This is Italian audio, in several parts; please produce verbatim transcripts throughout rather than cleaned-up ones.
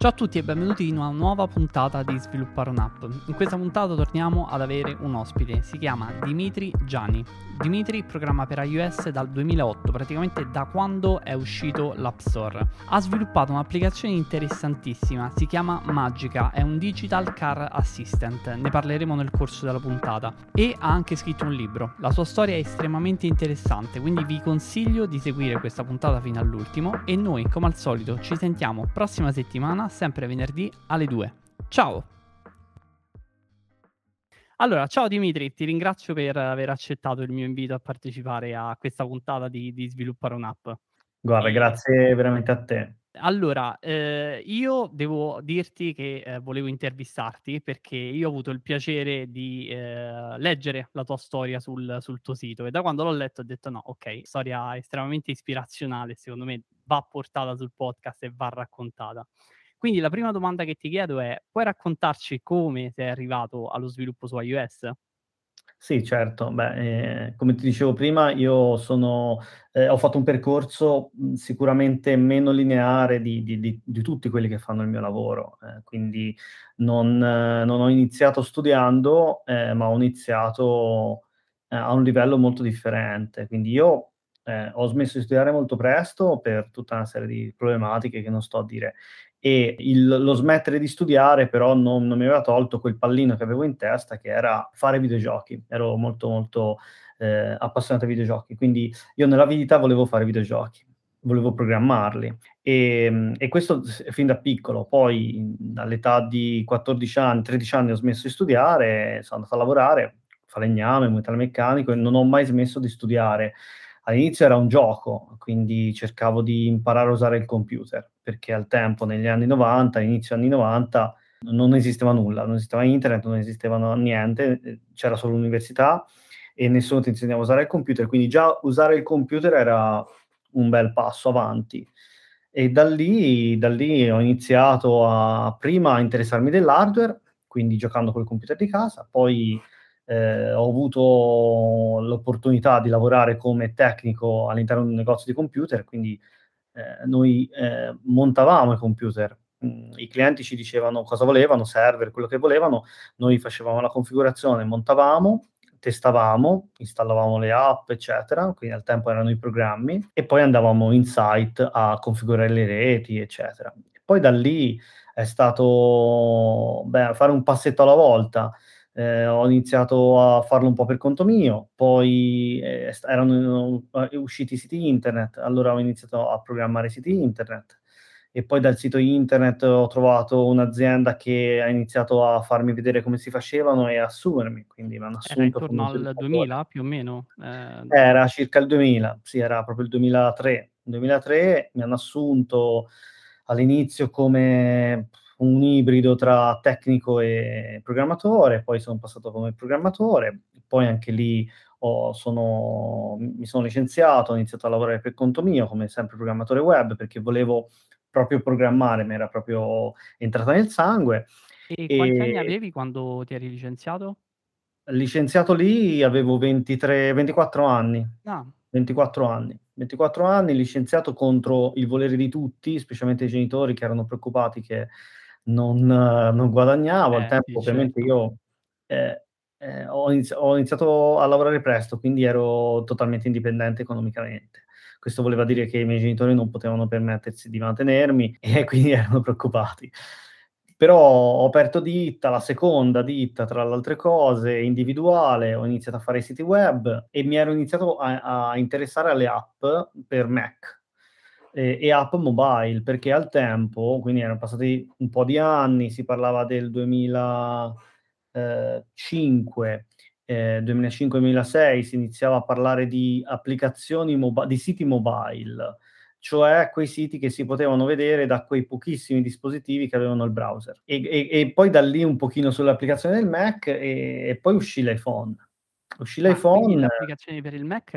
Ciao a tutti e benvenuti in una nuova puntata di Sviluppare un'app. In questa puntata torniamo ad avere un ospite, si chiama Dimitri Gianni. Dimitri programma per iOS dal duemilaotto, praticamente da quando è uscito l'App Store. Ha sviluppato un'applicazione interessantissima, si chiama Magica, è un Digital Car Assistant, ne parleremo nel corso della puntata. E ha anche scritto un libro, la sua storia è estremamente interessante, quindi vi consiglio di seguire questa puntata fino all'ultimo e noi, come al solito, ci sentiamo prossima settimana, sempre venerdì alle due. Ciao! Allora, ciao Dimitri, ti ringrazio per aver accettato il mio invito a partecipare a questa puntata di, di Sviluppare un'app. Guarda, E, grazie veramente a te. allora, eh, io devo dirti che eh, volevo intervistarti perché io ho avuto il piacere di eh, leggere la tua storia sul, sul tuo sito e da quando l'ho letto ho detto no, ok, storia estremamente ispirazionale, secondo me va portata sul podcast e va raccontata. Quindi la prima domanda che ti chiedo è: puoi raccontarci come sei arrivato allo sviluppo su iOS? Sì, certo. Beh, ehm, come ti dicevo prima, io sono ehm, ho fatto un percorso, mhmm, sicuramente meno lineare di di di di tutti quelli che fanno il mio lavoro. Ehm, quindi non non ho iniziato studiando, ehm, ma ho iniziato, ehm, a un livello molto differente. Quindi io, ehm, ho smesso di studiare molto presto per tutta una serie di problematiche che non sto a dire. E il lo smettere di studiare però non non mi aveva tolto quel pallino che avevo in testa, che era fare videogiochi. Ero molto, molto, ehm, appassionato ai videogiochi, quindi io nella vita volevo fare videogiochi, volevo programmarli. Ehm, e questo s fin da piccolo. Poi, mhmm, all'età di quattordici anni, tredici anni ho smesso di studiare, sono andato a lavorare, falegname, metalmeccanico e non ho mai smesso di studiare. All'inizio era un gioco, quindi cercavo di imparare a usare il computer, perché al tempo, negli anni 'novanta, inizio anni 'novanta, non esisteva nulla, non esisteva internet, non esistevano niente, ehm, c'era solo l'università e nessuno ti insegnava a usare il computer, quindi già usare il computer era un bel passo avanti. E da lì da lì ho iniziato a prima a interessarmi dell'hardware, quindi giocando col computer di casa, poi ehm, ho avuto l'opportunità di lavorare come tecnico all'interno di un negozio di computer, quindi, ehm, noi, ehm, montavamo i computer. Mhmm, I clienti ci dicevano cosa volevano, server, quello che volevano, noi facevamo la configurazione, montavamo, testavamo, installavamo le app, eccetera, quindi al tempo erano i programmi, e poi andavamo in site a configurare le reti, eccetera. Poi da lì è stato, beh, fare un passetto alla volta. Ehm, ho iniziato a farlo un po' per conto mio, poi, ehm, st erano uhm, usciti i siti internet, allora ho iniziato a programmare siti internet e poi dal sito internet ho trovato un'azienda che ha iniziato a farmi vedere come si facevano e assumermi, quindi m'hanno Era assunto intorno come al sviluppatore. duemila più o meno? Ehm, Era circa il duemila, sì, era proprio il duemilatré. duemilatré mi hanno assunto all'inizio come un ibrido tra tecnico e programmatore, poi sono passato come programmatore, poi anche lì ho sono mi sono licenziato, ho iniziato a lavorare per conto mio come sempre programmatore web, perché volevo proprio programmare, m'era proprio entrata nel sangue. e quanti anni E avevi quando ti eri licenziato? licenziato lì avevo ventitré ventiquattro anni. Ah, ventiquattro anni. ventiquattro anni, licenziato contro il volere di tutti, specialmente i genitori che erano preoccupati che non non guadagnavo. Al eh tempo sì, ovviamente certo. io, ehm, ehm, ho iniz ho iniziato a lavorare presto, quindi ero totalmente indipendente economicamente. Questo voleva dire che i miei genitori non potevano permettersi di mantenermi e quindi erano preoccupati. Però ho aperto ditta, la seconda ditta tra le altre cose, individuale, ho iniziato a fare i siti web e mi ero iniziato a a interessare alle app per Mac, e e app mobile, perché al tempo, quindi erano passati un po' di anni, si parlava del duemila ehm, cinque, ehm, duemilacinque, duemilasei, si iniziava a parlare di applicazioni moba di siti mobile, cioè quei siti che si potevano vedere da quei pochissimi dispositivi che avevano il browser. E e e poi da lì un pochino sull'applicazione del Mac, e e poi uscì l'iPhone. Uscì Ma quindi l'iPhone. l'applicazione per il Mac,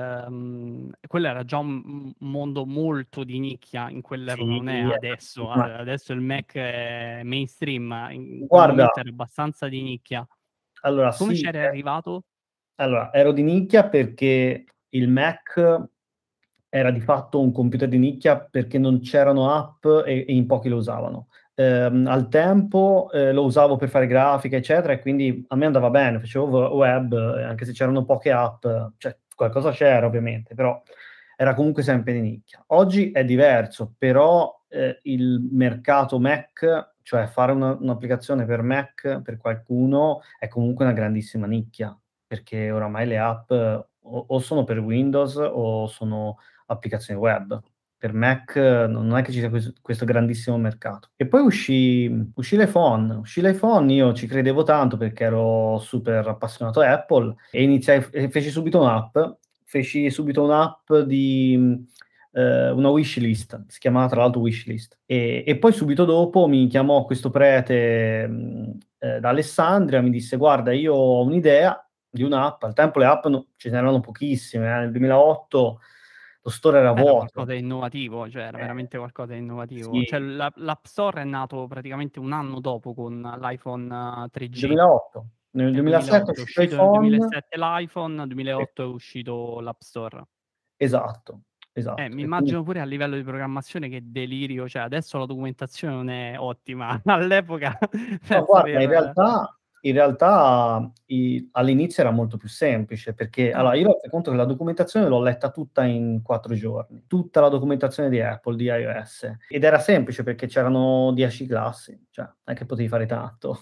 ehm, quello era già un un mondo molto di nicchia in quell'epoca, non è Sì, adesso. ma A adesso il Mac è mainstream, in quel guarda, momento era abbastanza di nicchia. allora Come sì, c'eri eh arrivato? allora ero di nicchia perché il Mac era di fatto un computer di nicchia perché non c'erano app e e in pochi lo usavano. ehm, al tempo, ehm, lo usavo per fare grafica, eccetera, e quindi a me andava bene, facevo w web, eh, anche se c'erano poche app, cioè qualcosa c'era ovviamente, però era comunque sempre di nicchia. Oggi è diverso, però, ehm, il mercato Mac, cioè fare una un'applicazione per Mac, per qualcuno, è comunque una grandissima nicchia, perché oramai le app o o sono per Windows o sono applicazioni web. Per Mac eh, non non è che ci sia ques questo grandissimo mercato. E poi uscì uscì l'iPhone. Uscì l'iPhone, io ci credevo tanto perché ero super appassionato Apple e iniziai e feci subito un'app, feci subito un'app di mhmm, ehm, una wishlist, si chiamava tra l'altro wishlist. E e poi subito dopo mi chiamò questo prete, mhmm, ehm, da Alessandria, mi disse: "Guarda, io ho un'idea di un'app". Al tempo le app no ce n'erano pochissime, eh, nel duemilaotto lo store era Era vuoto. qualcosa di innovativo, cioè era Eh, veramente qualcosa di innovativo. sì, Cioè l'A l'App Store è nato praticamente un anno dopo con l'iPhone tre G, duemilaotto. Nel nel duemilasette è duemilaotto. È uscito uscito nel iPhone. duemilasette l'iPhone, nel Sì, duemilaotto è uscito l'App Store. esatto, Eh, esatto. mi E quindi immagino pure a livello di programmazione che delirio, cioè adesso la documentazione non è ottima, all'epoca no, penso guarda, in per realtà in realtà i all'inizio era molto più semplice, perché allora ah, io fai conto che la documentazione l'ho letta tutta in quattro giorni, tutta la documentazione di Apple, di iOS, ed era semplice perché c'erano dieci classi, cioè non è che potevi fare tanto.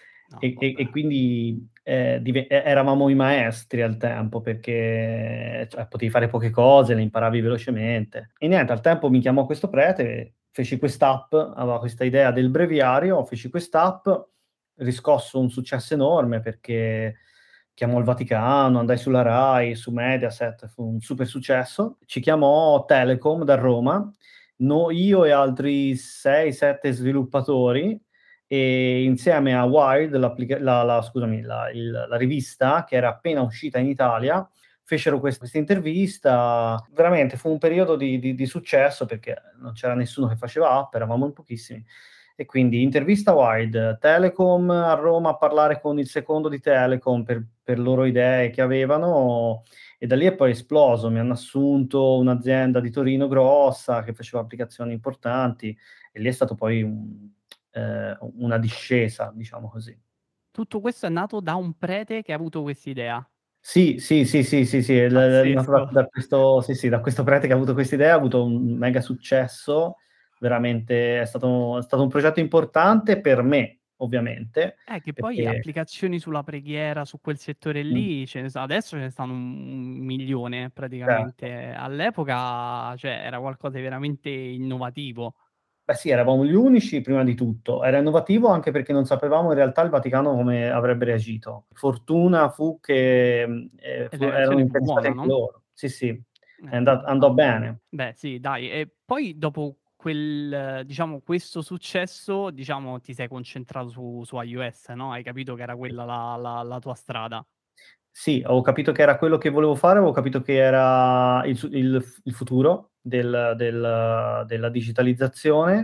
no E e vabbè. e quindi, ehm, dive e eravamo i maestri al tempo perché, cioè potevi fare poche cose, le imparavi velocemente. E niente, al tempo mi chiamò questo prete, feci quest'app, aveva questa idea del breviario, feci quest'app, riscosso un successo enorme perché chiamò il Vaticano, andai sulla Rai, su Mediaset, fu un super successo. Ci chiamò Telecom da Roma, no, io e altri sei, sette sviluppatori, e insieme a Wired, l'applica la la scusami, la il la rivista che era appena uscita in Italia, fecero quest questa intervista. Veramente fu un periodo di di di successo perché non c'era nessuno che faceva app, eravamo in pochissimi. E quindi intervista Wired, Telecom a Roma a parlare con il secondo di Telecom per per loro idee che avevano, e da lì è poi esploso. Mi hanno assunto un'azienda di Torino grossa che faceva applicazioni importanti, e lì è stato poi un ehm, una discesa, diciamo così. Tutto questo è nato da un prete che ha avuto quest'idea. Sì, sì, sì, sì, sì, sì, è l è nato da Pazzesco. da questo, sì, sì, da questo prete che ha avuto quest'idea, ha avuto un mega successo, veramente è stato è stato un progetto importante per me, ovviamente, Eh, che poi perché applicazioni sulla preghiera, su quel settore mh, lì ce ne sa adesso ce ne stanno un un milione certo. praticamente. All'epoca, cioè, era qualcosa di veramente innovativo. Beh sì, eravamo gli unici prima di tutto. Era innovativo anche perché non sapevamo in realtà il Vaticano come avrebbe reagito. Fortuna fu che, mhmm, ehm, E fu la erano reazione fu interessati buona, anche no? loro. Sì, sì, è Eh, andat andò vabbè. bene. Beh sì, dai. E poi dopo quel diciamo, questo successo, diciamo, ti sei concentrato su su iOS, no, hai capito che era quella la la la tua strada. Sì, ho capito che era quello che volevo fare, avevo capito che era il su il f il futuro del del della digitalizzazione,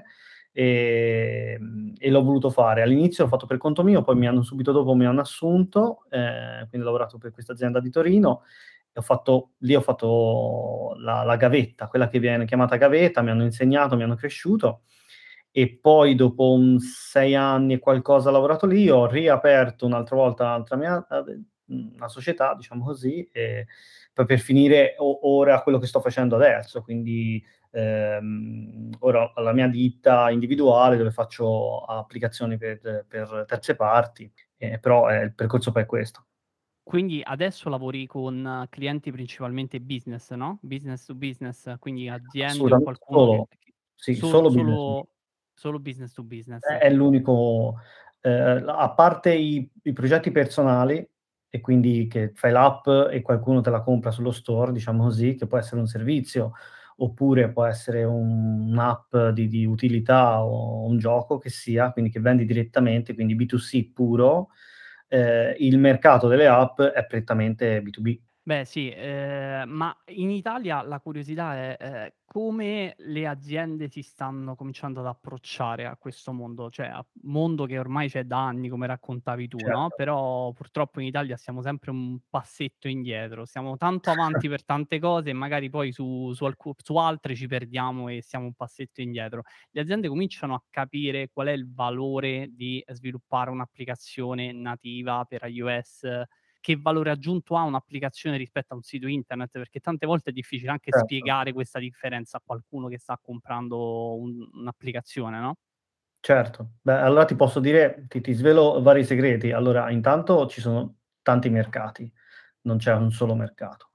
ehm, e l'ho voluto fare. All'inizio l'ho fatto per conto mio, poi mi hanno subito dopo mi hanno assunto, ehm, quindi ho lavorato per questa azienda di Torino e ho fatto lì ho fatto la la gavetta, quella che viene chiamata gavetta, mi hanno insegnato, mi hanno cresciuto, e poi dopo un sei anni e qualcosa lavorato lì, ho riaperto un'altra volta un'altra mia ave mhmm, una società, diciamo così, e poi per finire o ora quello che sto facendo adesso, quindi, ehm, ora ho la mia ditta individuale dove faccio applicazioni per per terze parti, ehm, però, ehm, il percorso poi è questo. Quindi adesso lavori con clienti principalmente business, no, business to business, quindi aziende o Assolutamente qualcuno che solo. che Sì, solo solo business to solo business. solo business to business. È è l'unico, ehm, a parte i i progetti personali, e quindi che fai l'app e qualcuno te la compra sullo store, diciamo così, che può essere un servizio, oppure può essere un un'app di di utilità o un gioco che sia, quindi che vendi direttamente, quindi B to C puro. Ehm, il mercato delle app è prettamente B to B. Beh sì, ehm, ma in Italia la curiosità è, ehm, come le aziende si stanno cominciando ad approcciare a questo mondo, cioè a mondo che ormai c'è da anni come raccontavi tu, no, Certo, però purtroppo in Italia siamo sempre un passetto indietro, siamo tanto avanti per tante cose e magari poi su su alcu su altre ci perdiamo e siamo un passetto indietro. Le aziende cominciano a capire qual è il valore di sviluppare un'applicazione nativa per iOS, che valore aggiunto ha un'applicazione rispetto a un sito internet, perché tante volte è difficile anche certo. spiegare questa differenza a qualcuno che sta comprando un un'applicazione, no? Certo. Beh, allora ti posso dire ti ti svelo vari segreti. Allora, intanto ci sono tanti mercati, non c'è un solo mercato.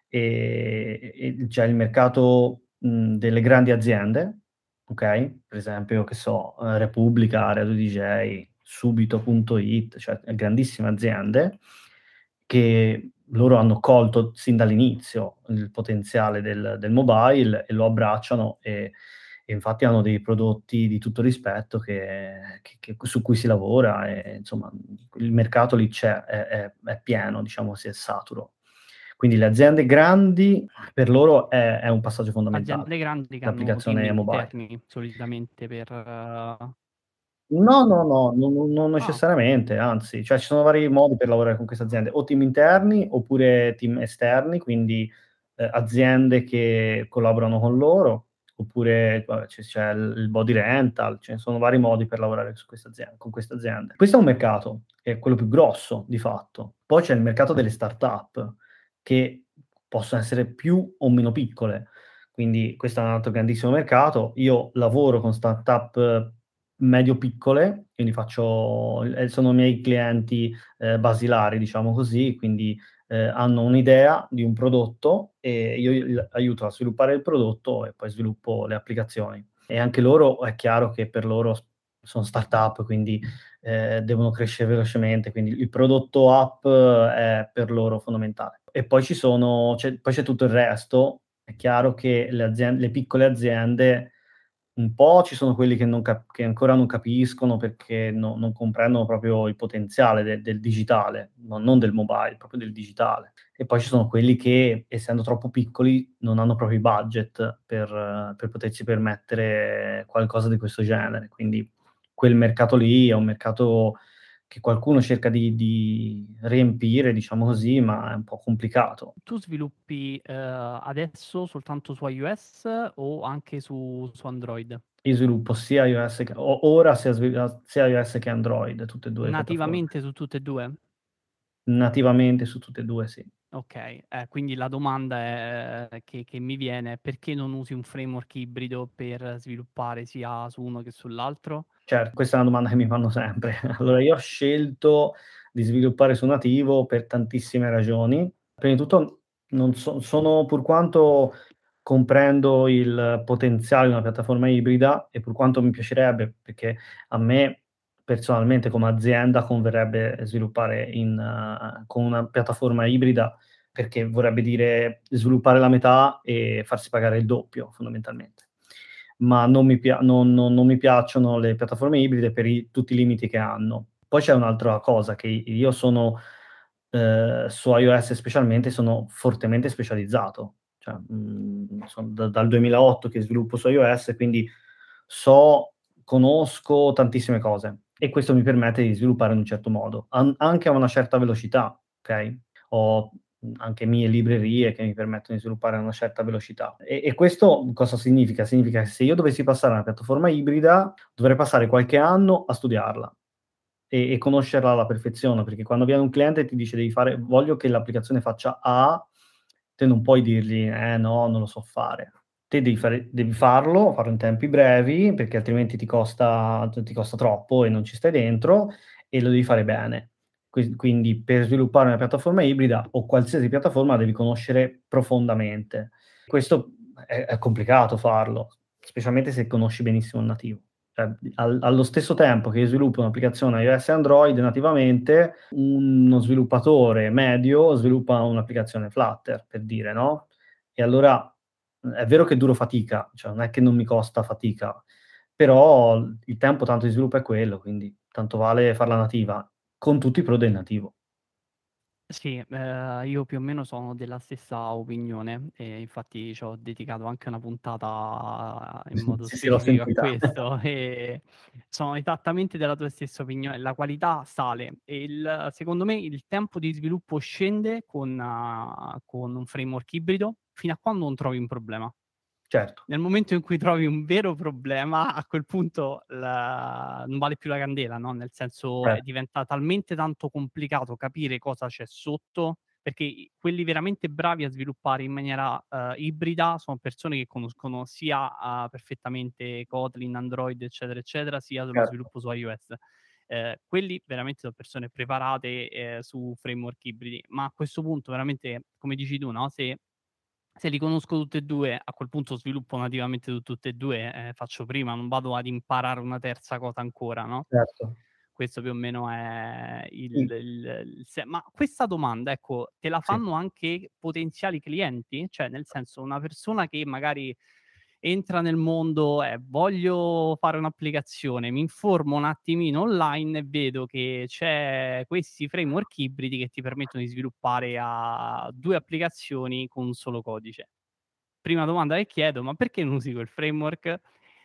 Ehm, e c'è il mercato, mhmm, delle grandi aziende, okay, per esempio, che so, ehm, Repubblica, Radio D J, Subito punto it, cioè grandissime aziende che loro hanno colto sin dall'inizio il potenziale del del mobile e lo abbracciano e e infatti hanno dei prodotti di tutto rispetto che che che su cui si lavora e insomma, mhmm, il mercato lì c'è, è è è pieno, diciamo, si è saturo. Quindi le aziende grandi per loro è è un passaggio fondamentale, Aziende grandi che hanno team l'applicazione mobile. interni solitamente per uh, No, no, no, no no non ah, necessariamente, anzi, cioè ci sono vari modi per lavorare con queste aziende, o team interni oppure team esterni, quindi, ehm, aziende che collaborano con loro, oppure vabbè c c'è il il body rental, ce ne sono vari modi per lavorare su queste azien con queste aziende. Questo è un mercato, è quello più grosso di fatto. Poi c'è il mercato delle startup, che possono essere più o meno piccole. Quindi questo è un altro grandissimo mercato. Io lavoro con startup medio-piccole, quindi faccio ehm, sono i miei clienti, ehm, basilari, diciamo così, quindi, ehm, hanno un'idea di un prodotto e io il aiuto a sviluppare il prodotto e poi sviluppo le applicazioni. E anche loro è chiaro che per loro s sono startup, quindi, ehm, devono crescere velocemente, quindi il prodotto app è per loro fondamentale. E poi ci sono c'è poi c'è tutto il resto. È chiaro che le azien le piccole aziende un po' ci sono quelli che non cap che ancora non capiscono perché no non comprendono proprio il potenziale de del digitale, no non del mobile, proprio del digitale. E poi ci sono quelli che, essendo troppo piccoli, non hanno proprio i budget per per potersi permettere qualcosa di questo genere. Quindi quel mercato lì è un mercato che qualcuno cerca di di riempire, diciamo così, ma è un po' complicato. tu sviluppi, ehm, adesso soltanto su iOS o anche su su Android? Io sviluppo sia iOS che o ora sia svi sia iOS che Android, tutte e due le piattaforme. Nativamente su tutte e due? Nativamente su tutte e due, sì. Okay, eh, quindi la domanda è che che mi viene: perché non usi un framework ibrido per sviluppare sia su uno che sull'altro? Certo, questa è una domanda che mi fanno sempre. Allora io ho scelto di sviluppare su nativo per tantissime ragioni. Prima di tutto non so sono pur quanto comprendo il potenziale di una piattaforma ibrida e pur quanto mi piacerebbe, perché a me personalmente come azienda converrebbe sviluppare in eh, con una piattaforma ibrida, perché vorrebbe dire sviluppare la metà e farsi pagare il doppio fondamentalmente. Ma non mi pia non non non mi piacciono le piattaforme ibride per i tutti i limiti che hanno. Poi c'è un'altra cosa, che io sono, ehm, su iOS specialmente, sono fortemente specializzato. Cioè, mhmm, son da dal duemilaotto che sviluppo su iOS, quindi so conosco tantissime cose e questo mi permette di sviluppare in un certo modo, an anche a una certa velocità, okay? Ho, mhmm, anche mie librerie che mi permettono di sviluppare a una certa velocità. E e questo cosa significa? Significa che se io dovessi passare a una piattaforma ibrida, dovrei passare qualche anno a studiarla e e conoscerla alla perfezione, perché quando viene un cliente e ti dice: "Devi fare voglio che l'applicazione faccia A", te non puoi dirgli: "Eh no, non lo so fare". Te devi fare devi farlo, farlo in tempi brevi, perché altrimenti ti costa t ti costa troppo e non ci stai dentro, e lo devi fare bene. Quiz quindi per sviluppare una piattaforma ibrida o qualsiasi piattaforma la devi conoscere profondamente. Questo è è complicato farlo, specialmente se conosci benissimo il nativo. Cioè, al allo stesso tempo che io sviluppo un'applicazione iOS e Android nativamente, uno sviluppatore medio sviluppa un'applicazione Flutter, per dire, no, e allora, mhmm, è vero che duro fatica, cioè non è che non mi costa fatica, però l il tempo tanto di sviluppo è quello, quindi tanto vale farla nativa, con tutti i pro del nativo. Sì, ehm, io più o meno sono della stessa opinione e infatti c'ho dedicato anche una puntata in modo Sì, sì, l'ho specifico a sentita. questo, e sono esattamente della tua stessa opinione. La qualità sale e il secondo me il tempo di sviluppo scende con uh, con un framework ibrido fino a quando non trovi un problema. Certo, Nel momento in cui trovi un vero problema, a quel punto la non vale più la candela, no, nel senso, cer ehm, diventa talmente tanto complicato capire cosa c'è sotto, perché i quelli veramente bravi a sviluppare in maniera, uhm, ibrida sono persone che conoscono sia, uhm, perfettamente Kotlin, Android, eccetera, eccetera, sia lo certo. sviluppo su iOS. Ehm, quelli veramente sono persone preparate, ehm, su framework ibridi, ma a questo punto veramente, come dici tu, no, se se li conosco tutte e due, a quel punto sviluppo nativamente su tutte e due, ehm, faccio prima, non vado ad imparare una terza cosa ancora, no, Certo. questo più o meno è il Sì, il il se ma questa domanda, ecco, te la sì. fanno anche potenziali clienti? Cioè, nel senso, una persona che magari entra nel mondo, eh, voglio fare un'applicazione, mi informo un attimino online e vedo che c'è questi framework ibridi che ti permettono di sviluppare a due applicazioni con un solo codice. Prima domanda che chiedo: ma perché non usi quel framework?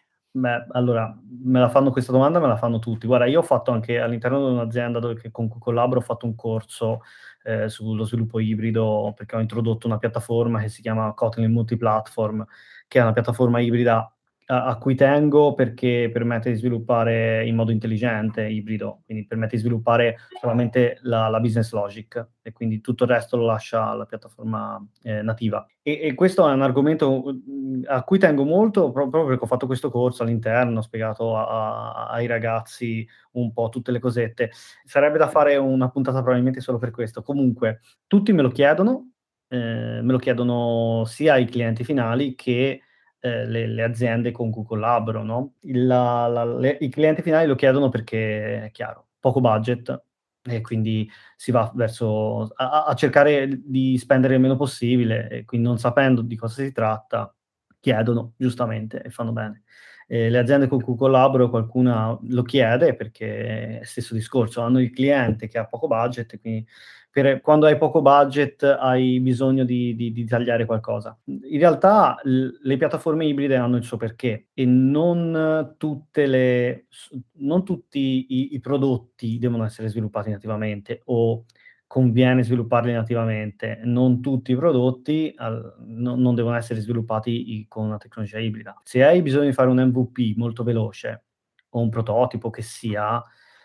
Beh, allora, me la fanno questa domanda, me la fanno tutti. Guarda, io ho fatto anche all'interno di un'azienda dove che con cui collaboro, ho fatto un corso, ehm, sullo sviluppo ibrido, perché ho introdotto una piattaforma che si chiama Kotlin Multiplatform, che è una piattaforma ibrida a a cui tengo perché permette di sviluppare in modo intelligente, ibrido, quindi permette di sviluppare solamente la la business logic e quindi tutto il resto lo lascia alla piattaforma, ehm, nativa. E e questo è un argomento, mhmm, a cui tengo molto pro proprio perché ho fatto questo corso all'interno, ho spiegato a a ai ragazzi un po' tutte le cosette. Sarebbe da fare una puntata probabilmente solo per questo. Comunque, tutti me lo chiedono, ehm, me lo chiedono sia i clienti finali che, ehm, le le aziende con cui collaboro, no, il la la le i clienti finali lo chiedono perché è chiaro, poco budget e quindi si va verso a a a cercare di spendere il meno possibile e quindi non sapendo di cosa si tratta, chiedono giustamente e fanno bene. Ehm, le aziende con cui collaboro qualcuna lo chiede perché è stesso discorso, hanno il cliente che ha poco budget e quindi per quando hai poco budget hai bisogno di di di tagliare qualcosa. Mhmm, in realtà l le piattaforme ibride hanno il suo perché e non tutte le s non tutti i i prodotti devono essere sviluppati nativamente o conviene svilupparli nativamente. Non tutti i prodotti al non non devono essere sviluppati i con una tecnologia ibrida. Se hai bisogno di fare un M V P molto veloce o un prototipo che sia,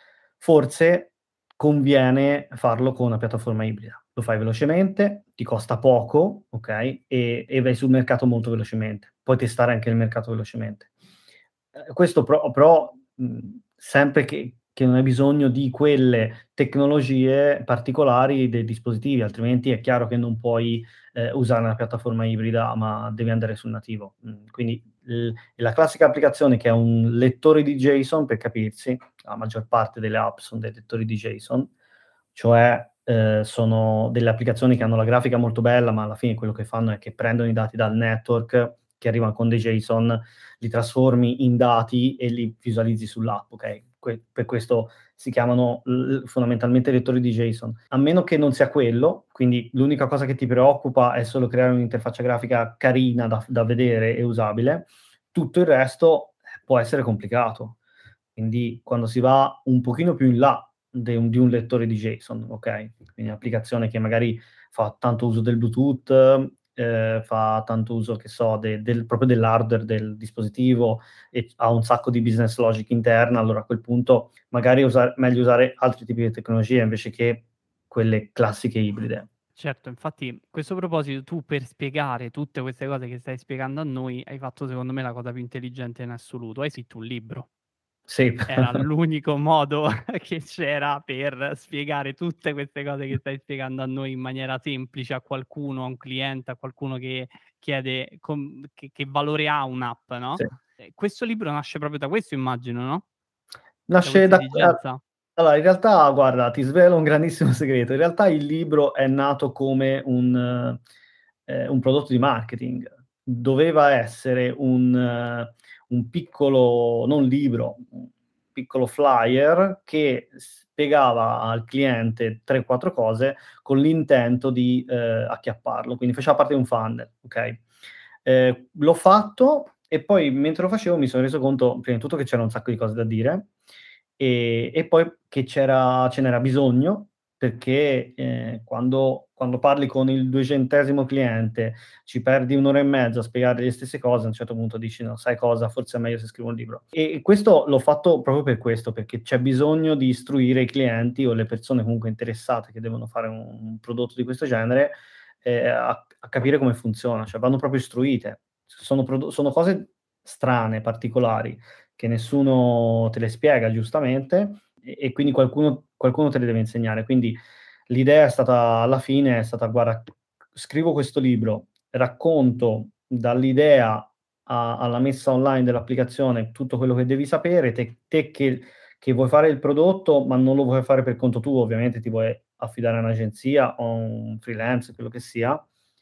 forse conviene farlo con una piattaforma ibrida. Lo fai velocemente, ti costa poco, okay, e e vai sul mercato molto velocemente. Puoi testare anche il mercato velocemente. Ehm, questo pro però, mhmm, sempre che che non hai bisogno di quelle tecnologie particolari dei dispositivi, altrimenti è chiaro che non puoi, ehm, usare una piattaforma ibrida, ma devi andare sul nativo. Mhmm, quindi l la classica applicazione che è un lettore di JSON, per capirsi, la maggior parte delle app son dei lettori di JSON, cioè, ehm, sono delle applicazioni che hanno la grafica molto bella, ma alla fine quello che fanno è che prendono i dati dal network, che arrivan con dei JSON, li trasformi in dati e li visualizzi sull'app, okay? Que per questo si chiamano l fondamentalmente lettori di JSON. A meno che non sia quello, quindi l'unica cosa che ti preoccupa è solo creare un'interfaccia grafica carina da f da vedere e usabile, tutto il resto, eh, può essere complicato. Quindi quando si va un pochino più in là de un di un lettore di JSON, okay, quindi un'applicazione che magari fa tanto uso del Bluetooth, ehm, fa tanto uso, che so, de del proprio dell'hardware del dispositivo e ha un sacco di business logic interna, allora a quel punto magari usa meglio usare altri tipi di tecnologie invece che quelle classiche ibride. Certo, infatti a questo proposito tu per spiegare tutte queste cose che stai spiegando a noi, hai fatto secondo me la cosa più intelligente in assoluto, hai scritto un libro. Sì. Era l'unico modo che c'era per spiegare tutte queste cose che stai spiegando a noi in maniera semplice a qualcuno, a un cliente, a qualcuno che chiede com che che valore ha un'app, no, Sì. ehm, questo libro nasce proprio da questo immagino, no, da Nasce questa da a esigenza? allora in realtà guarda, ti svelo un grandissimo segreto. In realtà il libro è nato come un ehm, un prodotto di marketing. Doveva essere un un piccolo non libro, piccolo flyer che spiegava al cliente tre quattro cose con l'intento di, ehm, acchiapparlo, quindi faceva parte di un funnel, okay? Ehm, l'ho fatto e poi mentre lo facevo mi sono reso conto, prima di tutto, che c'era un sacco di cose da dire, e e poi che c'era ce n'era bisogno perché, ehm, quando quando parli con il duecentesimo cliente, ci perdi un ora e mezza a spiegare le stesse cose, a un certo punto dici: "No, sai cosa? Forse è meglio se scrivo un libro". E questo l'ho fatto proprio per questo, perché c'è bisogno di istruire i clienti o le persone comunque interessate che devono fare un un prodotto di questo genere, ehm, a a capire come funziona, cioè vanno proprio istruite. Sono prodo sono cose strane, particolari, che nessuno te le spiega giustamente e e quindi qualcuno qualcuno te le deve insegnare. Quindi l'idea è stata alla fine è stata: "Guarda, scrivo questo libro, racconto dall'idea a alla messa online dell'applicazione tutto quello che devi sapere, te te che che vuoi fare il prodotto, ma non lo vuoi fare per conto tuo, ovviamente ti vuoi affidare a un'agenzia o un freelance, quello che sia.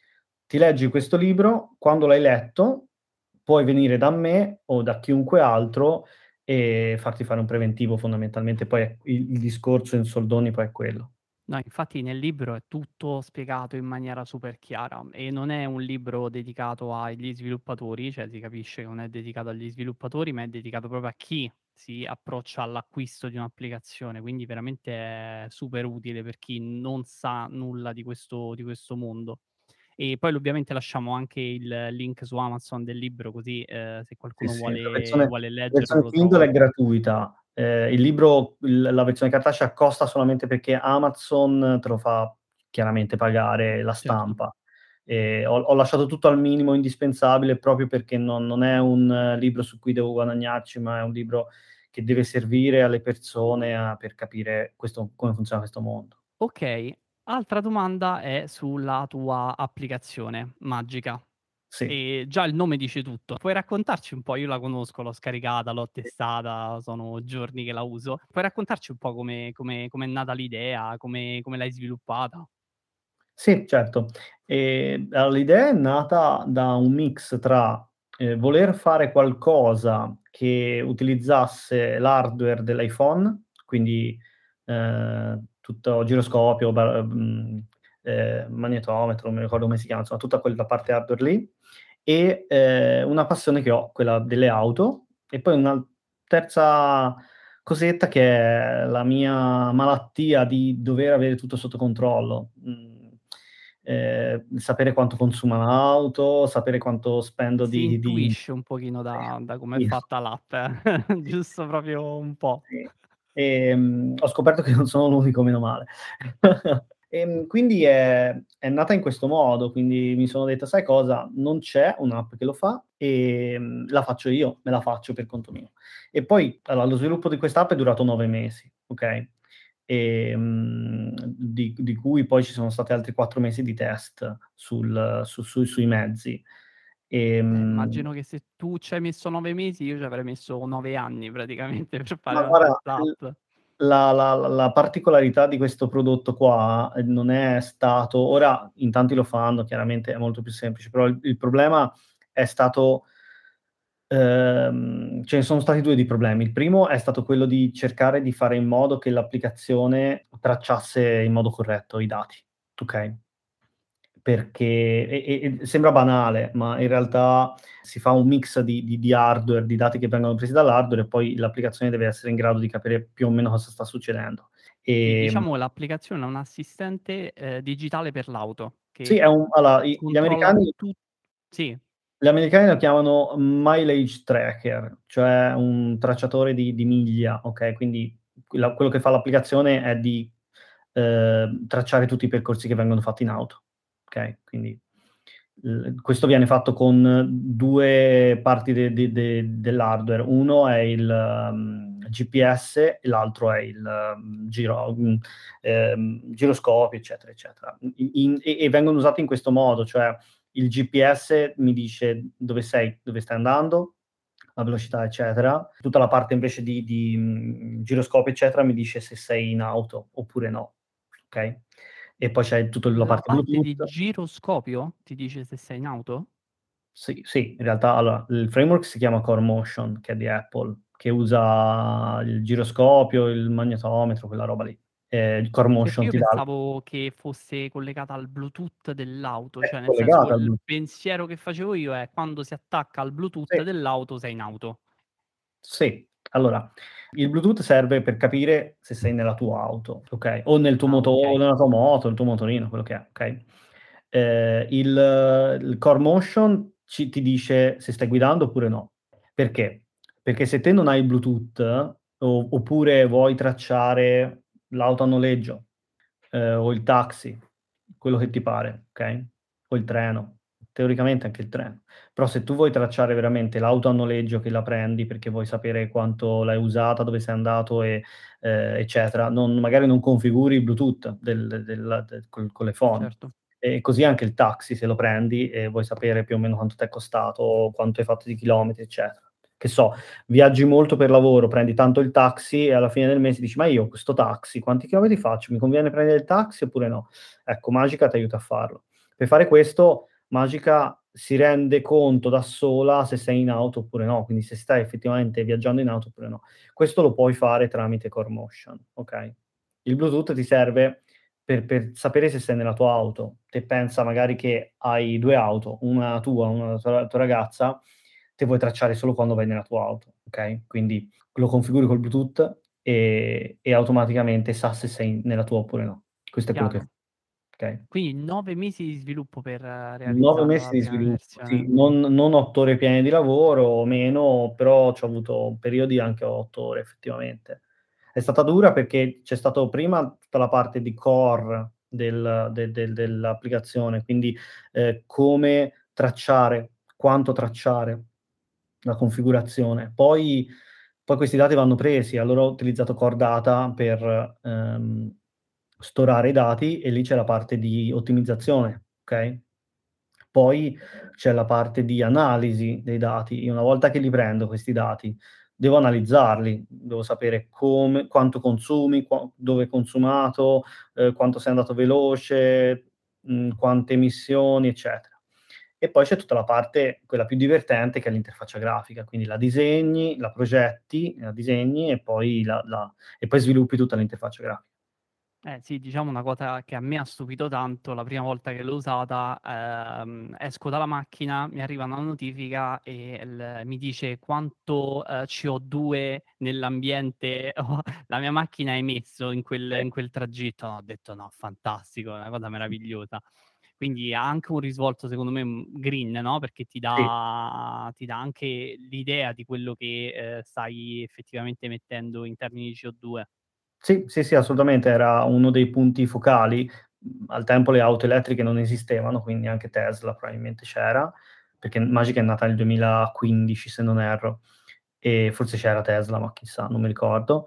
Ti leggi questo libro, quando l'hai letto puoi venire da me o da chiunque altro e farti fare un preventivo fondamentalmente, poi è il il discorso in soldoni poi è quello. No, infatti nel libro è tutto spiegato in maniera super chiara e non è un libro dedicato agli sviluppatori, cioè si capisce che non è dedicato agli sviluppatori, ma è dedicato proprio a chi si approccia all'acquisto di un'applicazione, quindi veramente è super utile per chi non sa nulla di questo di questo mondo. E poi ovviamente lasciamo anche il link su Amazon del libro così, ehm, se Sì, qualcuno sì, la vuole versione vuole la leggerlo versione lo Kindle trova. è gratuita. Ehm, il libro l la versione cartacea costa solamente perché Amazon te lo fa chiaramente pagare la Certo. stampa. Ehm, ho ho lasciato tutto al minimo indispensabile proprio perché non non è un libro su cui devo guadagnarci, ma è un libro che deve servire alle persone a per capire questo come funziona questo mondo. Okay, altra domanda è sulla tua applicazione magica. Sì. E già il nome dice tutto. Puoi raccontarci un po', io la conosco, l'ho scaricata, l'ho testata, sono giorni che la uso. Puoi raccontarci un po' come come com'è nata l'idea, come come l'hai sviluppata? Sì, certo. Ehm, allora l'idea è nata da un mix tra, ehm, voler fare qualcosa che utilizzasse l'hardware dell'iPhone, quindi, ehm, tutto giroscopio, ba mhmm, ehm, magnetometro, non mi ricordo come si chiama, insomma tutta quella parte hardware lì, e, ehm, una passione che ho, quella delle auto, e poi una terza cosetta che è la mia malattia di dover avere tutto sotto controllo. Mhmm, ehm, sapere quanto consuma un'auto, sapere quanto spendo Si di di intuisce un pochino da da come è sì. fatta l'app, eh. Giusto proprio un po'. Sì. Ehm, ho scoperto che non sono l'unico, meno male. Ehm, quindi è è nata in questo modo, quindi mi sono detto: "Sai cosa? Non c'è un'app che lo fa, ehm, la faccio io, me la faccio per conto mio". E poi allora lo sviluppo di quest'app è durato nove mesi, okay, ehm, di di cui poi ci sono stati altri quattro mesi di test sul su su sui mezzi. Eh, Ehm immagino che se tu ci hai messo nove mesi, io ci avrei messo nove anni praticamente per fare Ma la guarda, stessa l app. la la la particolarità di questo prodotto qua, ehm, non è stato ora in tanti lo fanno, chiaramente è molto più semplice, però il il problema è stato ehm, ce ne sono stati due di problemi. Il primo è stato quello di cercare di fare in modo che l'applicazione tracciasse in modo corretto i dati, okay? Perché e e e sembra banale, ma in realtà si fa un mix di di di hardware, di dati che vengono presi dall'hardware e poi l'applicazione deve essere in grado di capire più o meno cosa sta succedendo. Sì, Ehm diciamo l'applicazione è un assistente, ehm, digitale per l'auto sì, che è un allora i gli controlla americani tu sì, gli americani lo chiamano mileage tracker, cioè un tracciatore di di miglia, okay, quindi quella quello che fa l'applicazione è di, ehm, tracciare tutti i percorsi che vengono fatti in auto, okay, quindi l questo viene fatto con due parti de de de dell'hardware. Uno è il, mhmm, G P S e l'altro è il, mhmm, giro mhmm, ehm, giroscopio, eccetera, eccetera. I in e e vengono usati in questo modo, cioè il G P S mi dice dove sei, dove stai andando, la velocità, eccetera. Tutta la parte invece di di, mhmm, giroscopio, eccetera, mi dice se sei in auto oppure no, okay? E poi c'è tutto la la parte parte di Bluetooth. giroscopio ti dice se sei in auto? Sì, sì, in realtà allora il framework si chiama Core Motion, che è di Apple, che usa il giroscopio, il magnetometro, quella roba lì. Ehm, il Core Perché Motion io ti dà pensavo che fosse collegata al Bluetooth dell'auto, è cioè nel senso collegata al quel Blu pensiero che facevo io è: quando si attacca al sì. Bluetooth dell'auto sei in auto. Sì, allora, il Bluetooth serve per capire se sei nella tua auto, okay, o nel tuo Ah, moto o okay. nella tua moto, il tuo motorino, quello che è, okay. Ehm, il il Core Motion ci ti dice se stai guidando oppure no. Perché? Perché se te non hai il Bluetooth o oppure vuoi tracciare l'auto a noleggio, ehm, o il taxi, quello che ti pare, okay, o il treno, teoricamente anche il treno. Però se tu vuoi tracciare veramente l'auto a noleggio che la prendi perché vuoi sapere quanto l'hai usata, dove sei andato e ehm, eccetera, non magari non configuri il Bluetooth del del del col con le phone. Certo. E così anche il taxi se lo prendi e vuoi sapere più o meno quanto t'è costato, quanto hai fatto di chilometri, eccetera. Che so, viaggi molto per lavoro, prendi tanto il taxi e alla fine del mese dici: "Ma io questo taxi quanti chilometri faccio? Mi conviene prendere il taxi oppure no?" Ecco, Magica t'aiuta a farlo. Per fare questo Magica si rende conto da sola se sei in auto oppure no, quindi se stai effettivamente viaggiando in auto oppure no. Questo lo puoi fare tramite Core Motion, okay. Il Bluetooth ti serve per per sapere se sei nella tua auto. Te pensa magari che hai due auto, una tua, una della tua tua ragazza, te vuoi tracciare solo quando vai nella tua auto, okay, quindi lo configuri col Bluetooth e e automaticamente sa se sei nella tua oppure no. Questo è quello che Chiaro. f okay. Quindi nove mesi di sviluppo per nove realizzarla mesi la di prima sviluppo, sì, versione. non non otto ore piene di lavoro o meno, però c'ho avuto periodi anche otto ore effettivamente. È stata dura perché c'è stato prima tutta la parte di core del de del dell'applicazione, quindi, ehm, come tracciare, quanto tracciare, la configurazione. Poi poi questi dati vanno presi, allora ho utilizzato Core Data per, ehm, storare i dati e lì c'è la parte di ottimizzazione, okay? Poi c'è la parte di analisi dei dati. Io una volta che li prendo questi dati, devo analizzarli, devo sapere come quanto consumi, qua dove hai consumato, ehm, quanto sei andato veloce, mhmm, quante emissioni, eccetera. E poi c'è tutta la parte, quella più divertente, che è l'interfaccia grafica, quindi la disegni, la progetti, la disegni e poi la la e poi sviluppi tutta l'interfaccia grafica. Eh sì, diciamo una cosa che a me ha stupito tanto la prima volta che l'ho usata, ehm, esco dalla macchina, mi arriva una notifica e il mi dice quanto, ehm, C O due nell'ambiente ho la mia macchina ha emesso in quel Sì. in quel tragitto. Ho detto: "No, fantastico, è una cosa meravigliosa." Quindi ha anche un risvolto secondo me, mhmm, green, no, perché ti Sì. dà ti dà anche l'idea di quello che, ehm, stai effettivamente emettendo in termini di C O due. Sì, sì, sì, assolutamente, era uno dei punti focali. Mhmm, al tempo le auto elettriche non esistevano, quindi anche Tesla probabilmente c'era, perché Magica è nata nel duemilaquindici se non erro, e forse c'era Tesla, ma chissà, non mi ricordo.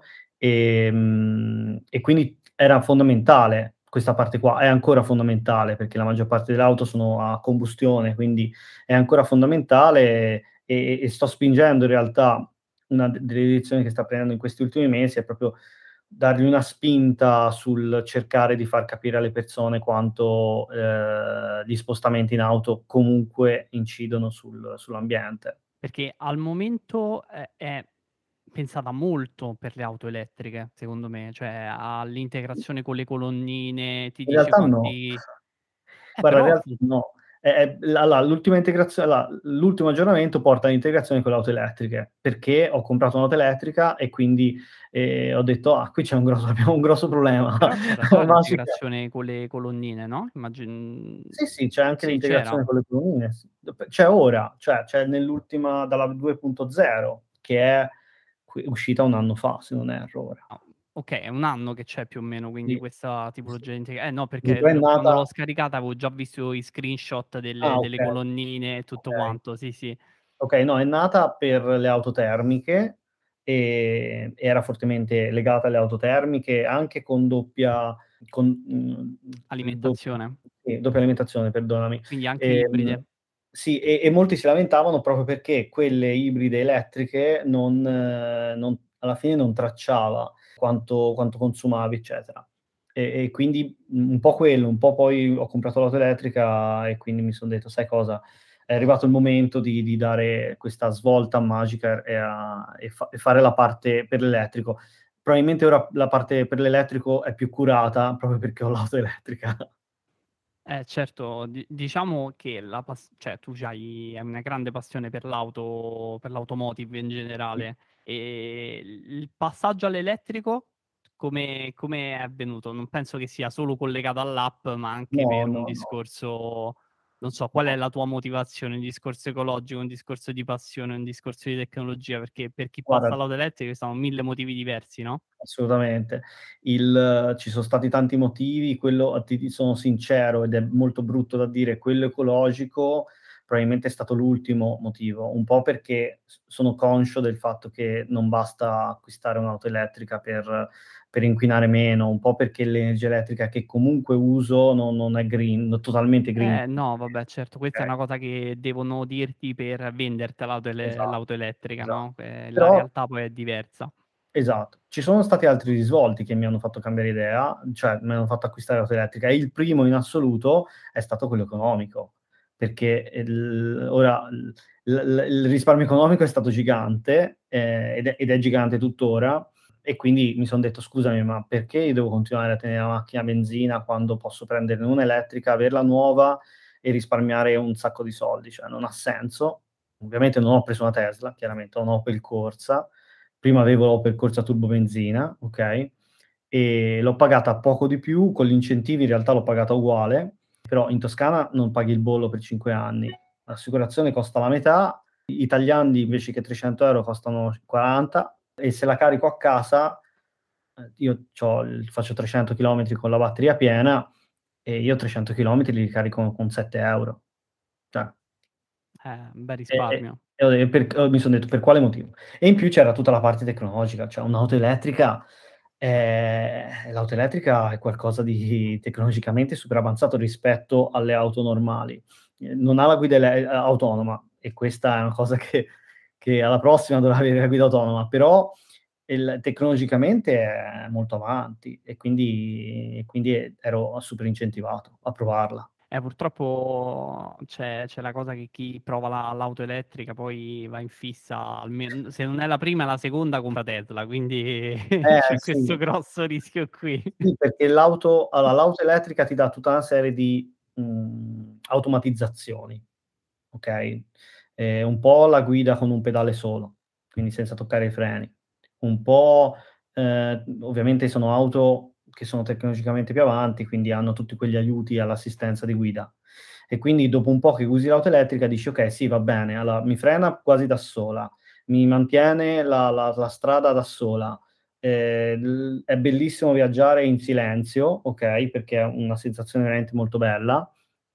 Ehm, e quindi era fondamentale questa parte qua, è ancora fondamentale, perché la maggior parte delle auto sono a combustione, quindi è ancora fondamentale e e sto spingendo in realtà una d delle direzioni che sta prendendo in questi ultimi mesi è proprio dargli una spinta sul cercare di far capire alle persone quanto, ehm, gli spostamenti in auto comunque incidono sul sull'ambiente. Perché al momento è è pensata molto per le auto elettriche, secondo me, cioè ha l'integrazione con le colonnine, ti In dice realtà no. quanti eh, Guarda, in però realtà fu no. È è l allora l'ultima integrazio allora, l'ultimo aggiornamento porta all'integrazione con le auto elettriche, perché ho comprato un'auto elettrica e quindi, ehm, ho detto: "Ah, qui c'è un grosso abbiamo un grosso problema." però c'era già Magica l'integrazione con le colonnine, no, immagin Sì, sì, c'è anche sì, c'era? l'integrazione con le colonnine, s dop c'è ora, cioè c'è nell'ultima dalla due punto zero che è qui uscita un anno fa, se non erro ora. Ah, okay, è un anno che c'è più o meno quindi Sì, questa sì. tipologia di integra eh no, Sì, perché però è l quando nata l'ho scaricata avevo già visto i screenshot ah, delle delle okay, colonnine e tutto okay. quanto, sì, sì. Okay, no, è nata per le auto termiche, ehm, era fortemente legata alle auto termiche, anche con doppia con, mhmm, do Alimentazione? sì, doppia alimentazione, perdonami. Quindi anche Ehm, ibride? sì, e e molti si lamentavano proprio perché quelle ibride elettriche non non alla fine non tracciava quanto quanto consumavi, eccetera. E e quindi, mhmm, un po' quello, un po' poi ho comprato l'auto elettrica e quindi mi son detto: "Sai cosa? è arrivato il momento di di dare questa svolta magica e a e fa e fare la parte per l'elettrico. Probabilmente ora la parte per l'elettrico è più curata, proprio perché ho l'auto elettrica. Eh certo, di diciamo che la pas cioè tu c'hai hai una grande passione per l'auto per l'automotive in Sì. generale, e il il passaggio all'elettrico come come è avvenuto? Non penso che sia solo collegato all'app, ma anche No, per un no, no, discorso, non so, qual è no. la tua motivazione? Un discorso ecologico, un discorso di passione, un discorso di tecnologia? Perché per chi passa Guarda, all'auto elettrica ci sono mille motivi diversi, no? assolutamente. Il ci son stati tanti motivi, quello ti ti sono sincero ed è molto brutto da dire, quello ecologico probabilmente è stato l'ultimo motivo, un po' perché s sono conscio del fatto che non basta acquistare un'auto elettrica per per inquinare meno, un po' perché l'energia elettrica che comunque uso non non è green, no totalmente green, Eh no, vabbè certo, questa è okay? una cosa che devono dirti per vendertela l'auto ele Esatto, l'auto elettrica, esatto. no, ehm, la Però realtà poi è diversa. esatto. Ci sono stati altri risvolti che mi hanno fatto cambiare idea, cioè mi hanno fatto acquistare l'auto elettrica e il primo in assoluto è stato quello economico, perché il ora l l il risparmio economico è stato gigante, ehm, ed è ed è gigante tuttora, e quindi mi son detto: "Scusami, ma perché io devo continuare a tenere la macchina a benzina quando posso prenderne una elettrica, averla nuova e risparmiare un sacco di soldi?" Cioè non ha senso. Ovviamente non ho preso una Tesla, chiaramente ho un'Opel Corsa. Prima avevo l'Opel Corsa turbo benzina, okay, e l'ho pagata poco di più, con gli incentivi in realtà l'ho pagata uguale, però in Toscana non paghi il bollo per cinque anni. L'assicurazione costa la metà, i tagliandi invece che trecento euro costano c quaranta, e se la carico a casa, ehm, io c'ho il faccio trecento chilometri con la batteria piena e io trecento chilometri li ricarico con sette euro. Cioè Eh, un bel e e risparmio. e ho de per c mi son detto: "Per quale motivo?" E in più c'era tutta la parte tecnologica, cioè un'auto elettrica ehm, l'auto elettrica è qualcosa di tecnologicamente super avanzato rispetto alle auto normali. Ehm, non ha la guida ele a autonoma, e questa è una cosa che che alla prossima dovrà avere la guida autonoma, però il tecnologicamente è molto avanti, e quindi e quindi ero super incentivato a provarla. Eh, purtroppo c'è c'è la cosa che chi prova la l'auto elettrica poi va in fissa, almen se non è la prima è la seconda compra Tesla, quindi Eh c'è questo sì. grosso rischio qui. Sì, perché l'auto allora l'auto elettrica ti dà tutta una serie di, mhmm, automatizzazioni, okay, ehm, un po' la guida con un pedale solo, quindi senza toccare i freni. Un po', ehm, ovviamente sono auto che sono tecnologicamente più avanti, quindi hanno tutti quegli aiuti all'assistenza di guida. E quindi dopo un po' che usi l'auto elettrica dici: "Okay, sì, va bene, allora mi frena quasi da sola, mi mantiene la la la strada da sola, ehm, l è bellissimo viaggiare in silenzio", okay, perché è una sensazione veramente molto bella,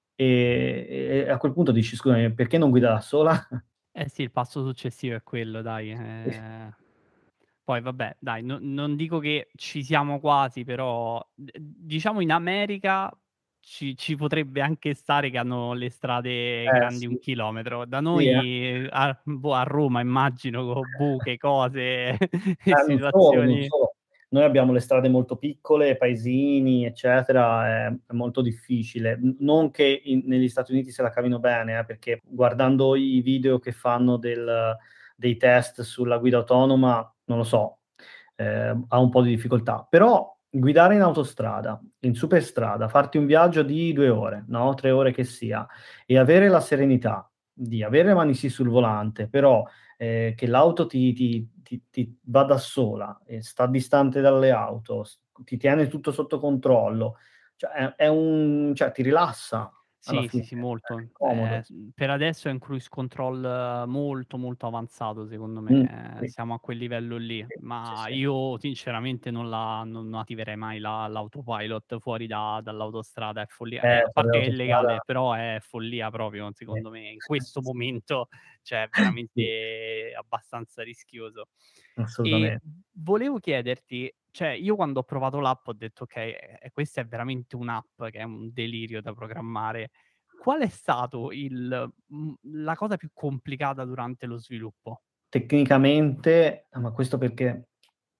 e e a quel punto dici: "Scusami, perché non guida da sola?" Eh sì, il passo successivo è quello dai, ehm, poi vabbè dai, no non dico che ci siamo quasi, però d diciamo in America ci ci potrebbe anche stare che hanno le strade Eh grandi un sì, chilometro. Da sì, eh. noi a boh, a Roma immagino co buche, cose e Eh, non solo, non situazioni. solo. Noi abbiamo le strade molto piccole, paesini, eccetera, è è molto difficile. N non che in negli Stati Uniti se la cavino bene, eh, perché guardando i video che fanno del dei test sulla guida autonoma, non lo so, ehm, ha un po' di difficoltà. Però guidare in autostrada, in superstrada, farti un viaggio di due ore, no, tre ore che sia, e avere la serenità di avere le mani sì sul volante, però ehm, che l'auto ti ti ti ti va da sola e sta distante dalle auto, s ti tiene tutto sotto controllo, cioè è è un cioè ti rilassa alla Sì, sì, fine, sì, è molto. Ehm, comodo. s per adesso è un cruise control molto, molto avanzato secondo Mh, me, sì, siamo a quel livello lì, sì, sì, ma sì. io sinceramente non la non attiverei mai la l'autopilot fuori da dall'autostrada, è follia. Eh, E a fare parte che è l'autostrada, illegale, però è follia proprio sì. secondo me in questo momento, cioè è Sì, veramente abbastanza rischioso. E assolutamente. volevo chiederti, cioè io quando ho provato l'app ho detto: "Okay, ehm, questa è veramente un'app che è un delirio da programmare." Qual è stato il mhmm, la cosa più complicata durante lo sviluppo? Tecnicamente, ah, ma questo perché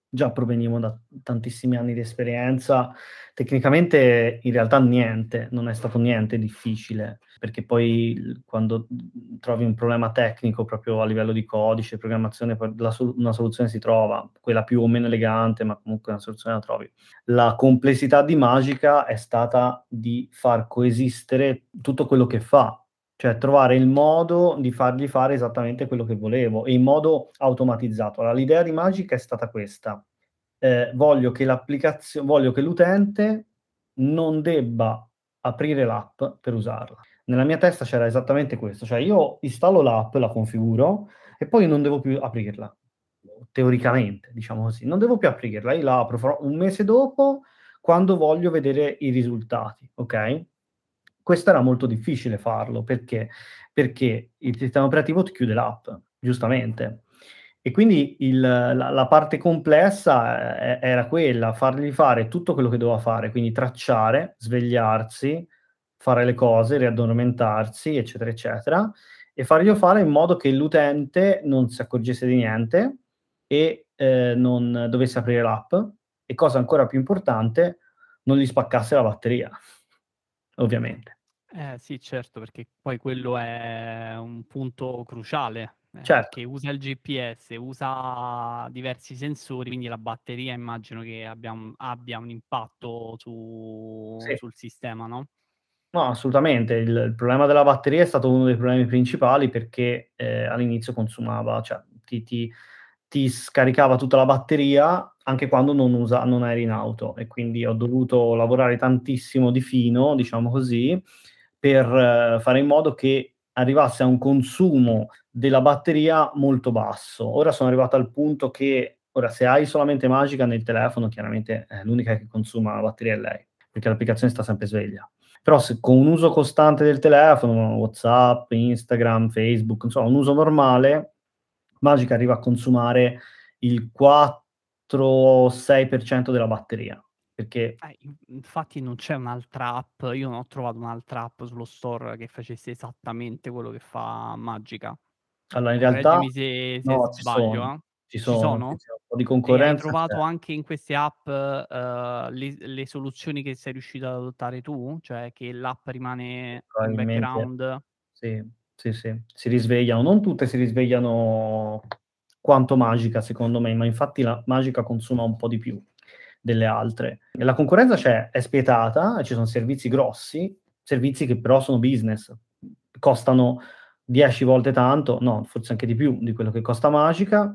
già provenivo da tantissimi anni di esperienza. Tecnicamente in realtà niente, non è stato niente difficile, perché poi l quando, mhmm, trovi un problema tecnico proprio a livello di codice, programmazione, poi la solu una soluzione si trova, quella più o meno elegante, ma comunque una soluzione la trovi. La complessità di Magica è stata di far coesistere tutto quello che fa, cioè trovare il modo di fargli fare esattamente quello che volevo e in modo automatizzato. Allora l'idea di Magica è stata questa: ehm, voglio che l'applicazio voglio che l'utente non debba aprire l'app per usarla. Nella mia testa c'era esattamente questo, cioè io installo l'app, la configuro e poi non devo più aprirla. Teoricamente, diciamo così. Non devo più aprirla, io la apro fra un mese dopo quando voglio vedere i risultati, okay? Questo era molto difficile farlo, perché? Perché il sistema operativo ti chiude l'app, giustamente. E quindi il la la parte complessa e era quella, fargli fare tutto quello che doveva fare, quindi tracciare, svegliarsi, fare le cose, riaddormentarsi, eccetera, eccetera, e farglielo fare in modo che l'utente non si accorgesse di niente e, ehm, non dovesse aprire l'app e, cosa ancora più importante, non gli spaccasse la batteria, ovviamente. Eh sì, certo, perché poi quello è un punto cruciale, eh, Certo, perché usa il G P S, usa diversi sensori, quindi la batteria immagino che abbia un abbia un impatto su sì. sul sistema, no? No, assolutamente. Il il problema della batteria è stato uno dei problemi principali perché, ehm, all'inizio consumava, cioè ti ti ti scaricava tutta la batteria anche quando non usa non eri in auto, e quindi ho dovuto lavorare tantissimo di fino, diciamo così, per eh, fare in modo che arrivasse a un consumo della batteria molto basso. Ora sono arrivato al punto che ora se hai solamente Magica nel telefono, chiaramente, eh, l'unica che consuma la batteria è lei, perché l'applicazione sta sempre sveglia. Però se con un uso costante del telefono, WhatsApp, Instagram, Facebook, insomma un uso normale, Magica arriva a consumare il quattro, sei per cento della batteria, perché Eh, in infatti non c'è un'altra app, io non ho trovato un'altra app sullo store che facesse esattamente quello che fa Magica. allora in realtà Correggimi se se no, ci sbaglio, sono, eh. ci Ci sono, sì, sono? sì, un po' di E hai concorrenza c'è, trovato anche in queste app, uhm, le le soluzioni che sei riuscito ad adottare tu? Cioè che l'app rimane in probabilmente. background? Sì, sì, sì, si risvegliano. Non tutte si risvegliano quanto Magica secondo me, ma infatti la Magica consuma un po' di più delle altre. E la concorrenza c'è, è spietata, ci son servizi grossi, servizi che però sono business. Costano dieci volte tanto, no, forse anche di più di quello che costa Magica,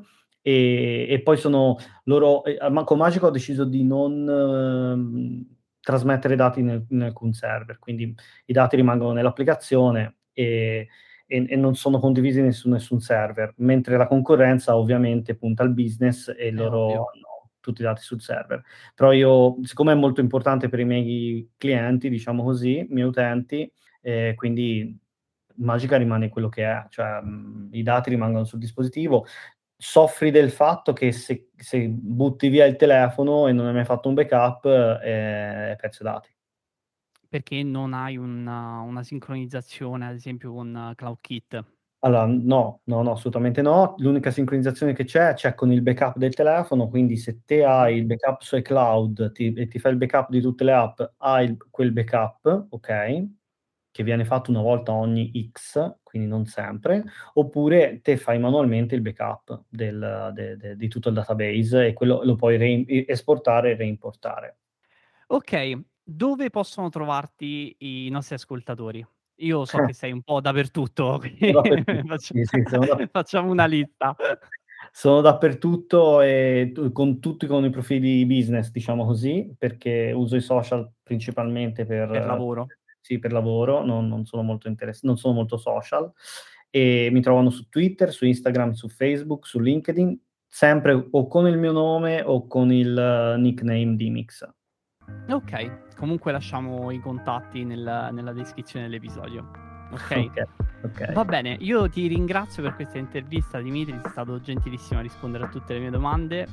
e e poi sono loro e a ma con Magica ho deciso di non, mhmm, trasmettere dati in in alcun server, quindi i dati rimangono nell'applicazione e e e non sono condivisi ne su nessun server, mentre la concorrenza ovviamente punta al business e È loro ovvio. hanno tutti i dati sul server. Però io, siccome è molto importante per i miei clienti, diciamo così, i miei utenti, ehm, quindi Magica rimane quello che è, cioè, mhmm, i dati rimangono sul dispositivo. Soffri del fatto che se se butti via il telefono e non hai mai fatto un backup, ehm, hai perso i dati. Perché non hai un una sincronizzazione, ad esempio con CloudKit. Allora, no, no, no, assolutamente no. L'unica sincronizzazione che c'è, c'è con il backup del telefono, quindi se te Mh-mh. hai il backup su iCloud ti e ti fai il backup di tutte le app, hai il quel backup, okay, che viene fatto una volta ogni X, quindi non sempre, oppure te fai manualmente il backup del de de di tutto il database e quello lo puoi reim e esportare e reimportare. Okay, dove possono trovarti i nostri ascoltatori? Io so che sei un po' dappertutto, Sono quindi dappertutto. faccia Sì, sì, sono da facciamo una lista. sono dappertutto e tu con tutti con i profili business, diciamo così, perché uso i social principalmente Per per lavoro. sì, per lavoro, non non sono molto interess non sono molto social, e mi trovano su Twitter, su Instagram, su Facebook, su LinkedIn, sempre o con il mio nome o con il nickname di Mix. Okay, comunque lasciamo i contatti nel nella descrizione dell'episodio. Okay? Okay, okay. Va bene, io ti ringrazio per questa intervista Dimitri, sei stato gentilissimo a rispondere a tutte le mie domande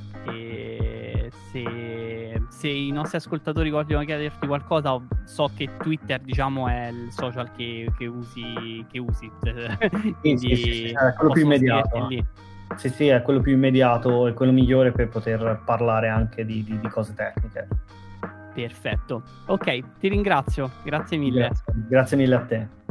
e se se i nostri ascoltatori vogliono chiederti qualcosa, so che Twitter diciamo è il social che che usi che usi, Sì, sì, sì, sì, quindi è quello più possono scriverti immediato. lì. sì, sì, è quello più immediato e quello migliore per poter parlare anche di, di, di cose tecniche. Perfetto. Ok, ti ringrazio. Grazie mille. Grazie, grazie mille a te.